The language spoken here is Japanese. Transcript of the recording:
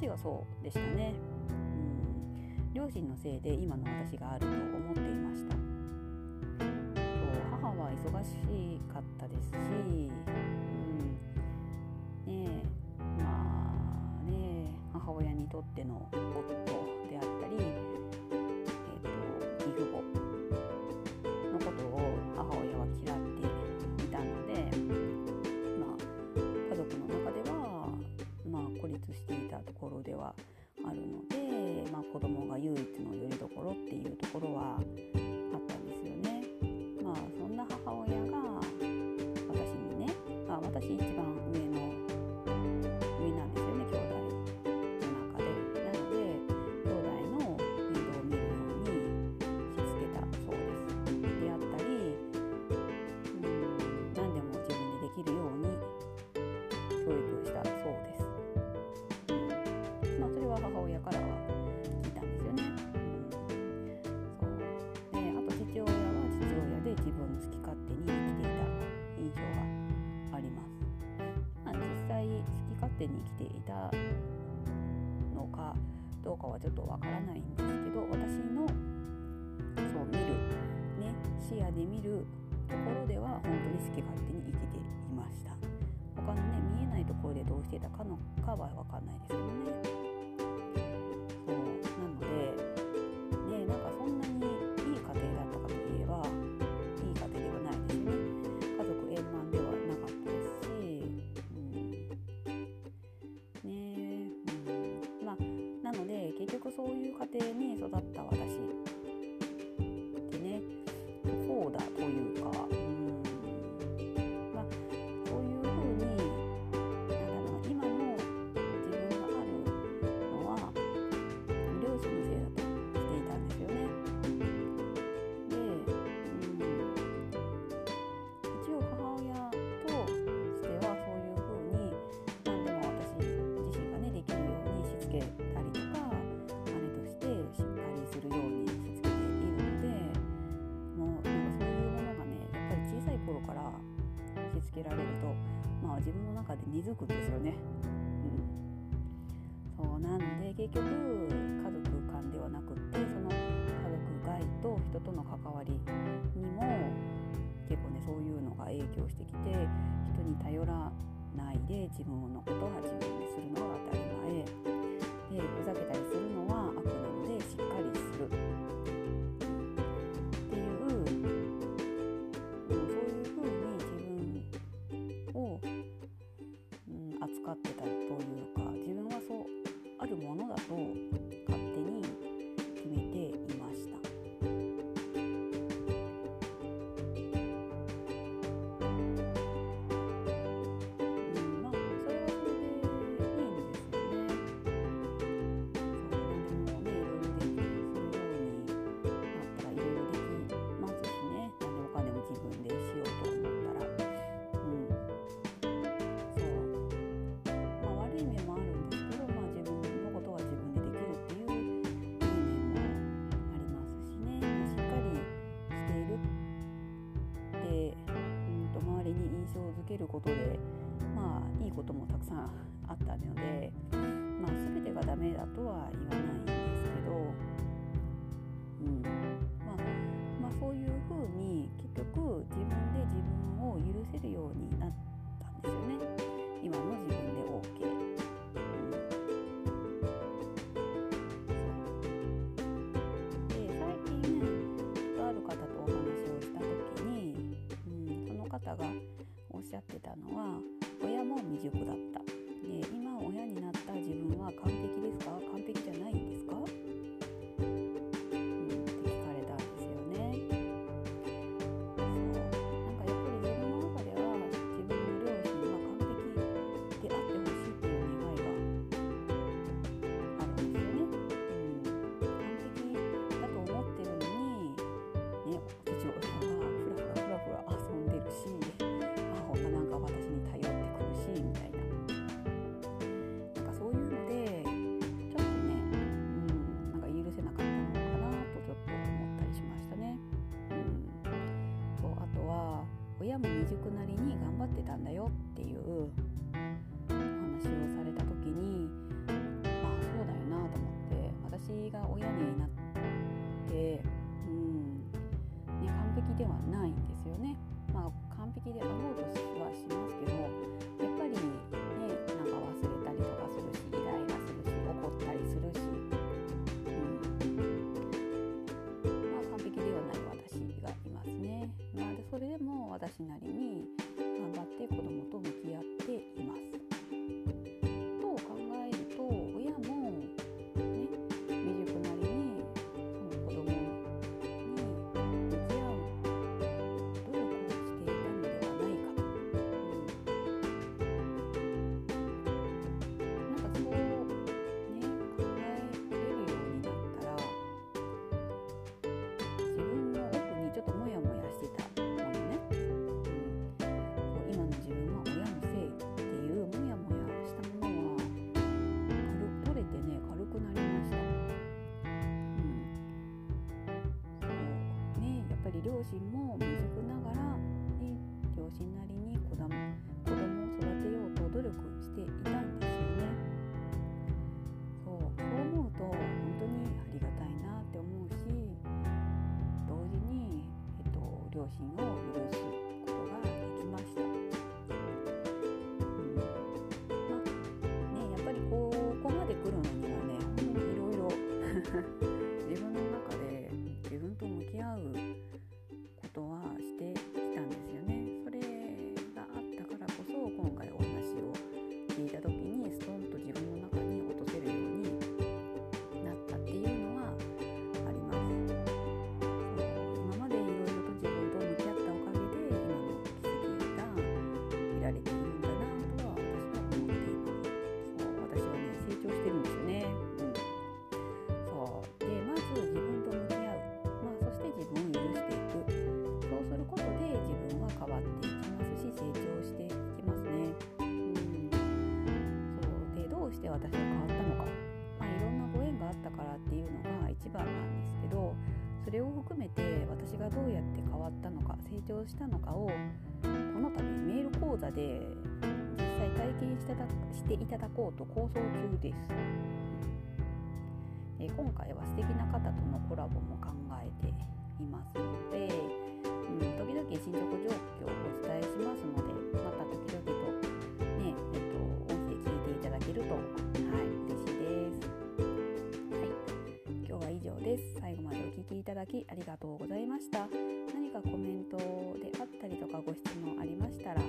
はそうでしたね。両親のせいで今の私があると思っていました。母は忙しかったですし、母親にとっての夫であったり、義父母のことを母親は嫌っていたので、家族の中では、孤立していたところではあるので、子供が唯一の拠り所っていうところはあったんですよね。そんな母親が私にね、私一番上なんですよね、兄弟の中で。なので兄弟の面倒を見るようにしつけたそうです。であったり、何でも自分でできるように教育したそうです。それは母親からは聞いたんですよね。あと父親は父親で自分の好き勝手に生きていた印象があります。実際好き勝手に生きていたのかどうかはちょっとわからないんですけど、私の見る視野で見るところでは本当に好き勝手に生きていました。他の見えないところでどうしていたかはわかんないですけどね。なのでそんなにいい家庭だったかといえばいい家庭ではないですね。家族円満ではなかったですし、なので結局そういう家庭に育った私ってね、不幸だというか、そういうふうに今の自分があるのは両親のせいだとしていたんですよね。で、一応母親としてはそういうふうに何でも私自身ができるようにしつけたりとか、姉としてしっかりするようにしつけているので、もうそういうものがやっぱり小さい頃からしつけられると、自分の中で根付くんですよね。なんで結局家族間ではなくって、その家族外と人との関わりにも結構そういうのが影響してきて、人に頼らないで自分のことは自分でするのが当たり前で、ふざけたりするのは悪なのでしっかりするっていう、そういうふうに自分を、扱ってたというか、自分はそうあるものだと勝手に決めていました。それはそれでいいんですよね。何でもいろいろできるようになったらいろいろできますしね。お金も自分でしようと思ったら、悪い面もあるんですけど、自分のことは自分でできるっていういい面もありますしね。しっかりしているって周りに印象づけることでいいこともたくさんあったので、全てがダメだとは言わないんですけど、そういうふうに結局自分で自分を許せるようになったんですよね。今の自分で OK。で、最近ある方とお話をした時に、その方がおっしゃってたのは、親も未熟だった。で、今親になった自分は完璧ですか？完璧じゃないんですか？って聞かれたんですよね。やっぱり自分の中では自分の両親は完璧であってほしいっていう願いがあるんですよね。完璧だと思ってるのに、父親がふらふら遊んでるし、母が私に頼ってくるしみたいな、そういうのでちょっと許せなかったのかなとちょっと思ったりしましたね。あとは親も未熟なりに頑張ってたんだよっていうお話をされた時に、そ私が親になって、完璧ではないんですよね。完璧であろうとはしますけど、やっぱりね、なんか忘れたりとかするし、イライラするし、怒ったりするし、完璧ではない私がいますね。それでも私なりに頑張って子供と向き合っています。と考えると、親もね、未熟なりにその子供に向き合う努力をしていたのではないかと、なんかそうね、考えれるようになったら、自分の奥にちょっとモヤモヤしてたものね、今の自分は親のせいっていうモヤモヤしたものは取れてね、軽くなりました。そうね、やっぱり両親も未熟ながら、ね、両親なりに子供を育てようと努力していたんですよね。そう思うと本当にありがたいなって思うし、同時に、両親を許すことができました。やっぱりここまで来るのにはね、本当にいろいろ自分の中で自分と向き合うことはしてきたんですよね。それがあったからこそ、今回お話を聞いた時にストンと自分の中に落とせるようになったっていうのはあります。今までいろいろと自分と向き合ったおかげで今の奇跡が得られているんだなとは私は思っています。私はね、成長してるんですよね。で、まず自分と向き合う、そして自分を許していく。そうすることで自分は変わっていきますし、成長していきますね。で、どうして私は変わったのか、いろんなご縁があったからっていうのが一番なんですけど、それを含めて私がどうやって変わったのか、成長したのかをこの度メール講座で実際体験していただこうと構想中です。今回は素敵な方とのコラボも考えていますので、時々進捗状況をお伝えしますので、また時々とね、音声聞いていただけると嬉しいです。今日は以上です。最後までお聞きいただきありがとうございました。何かコメントであったりとかご質問ありましたら、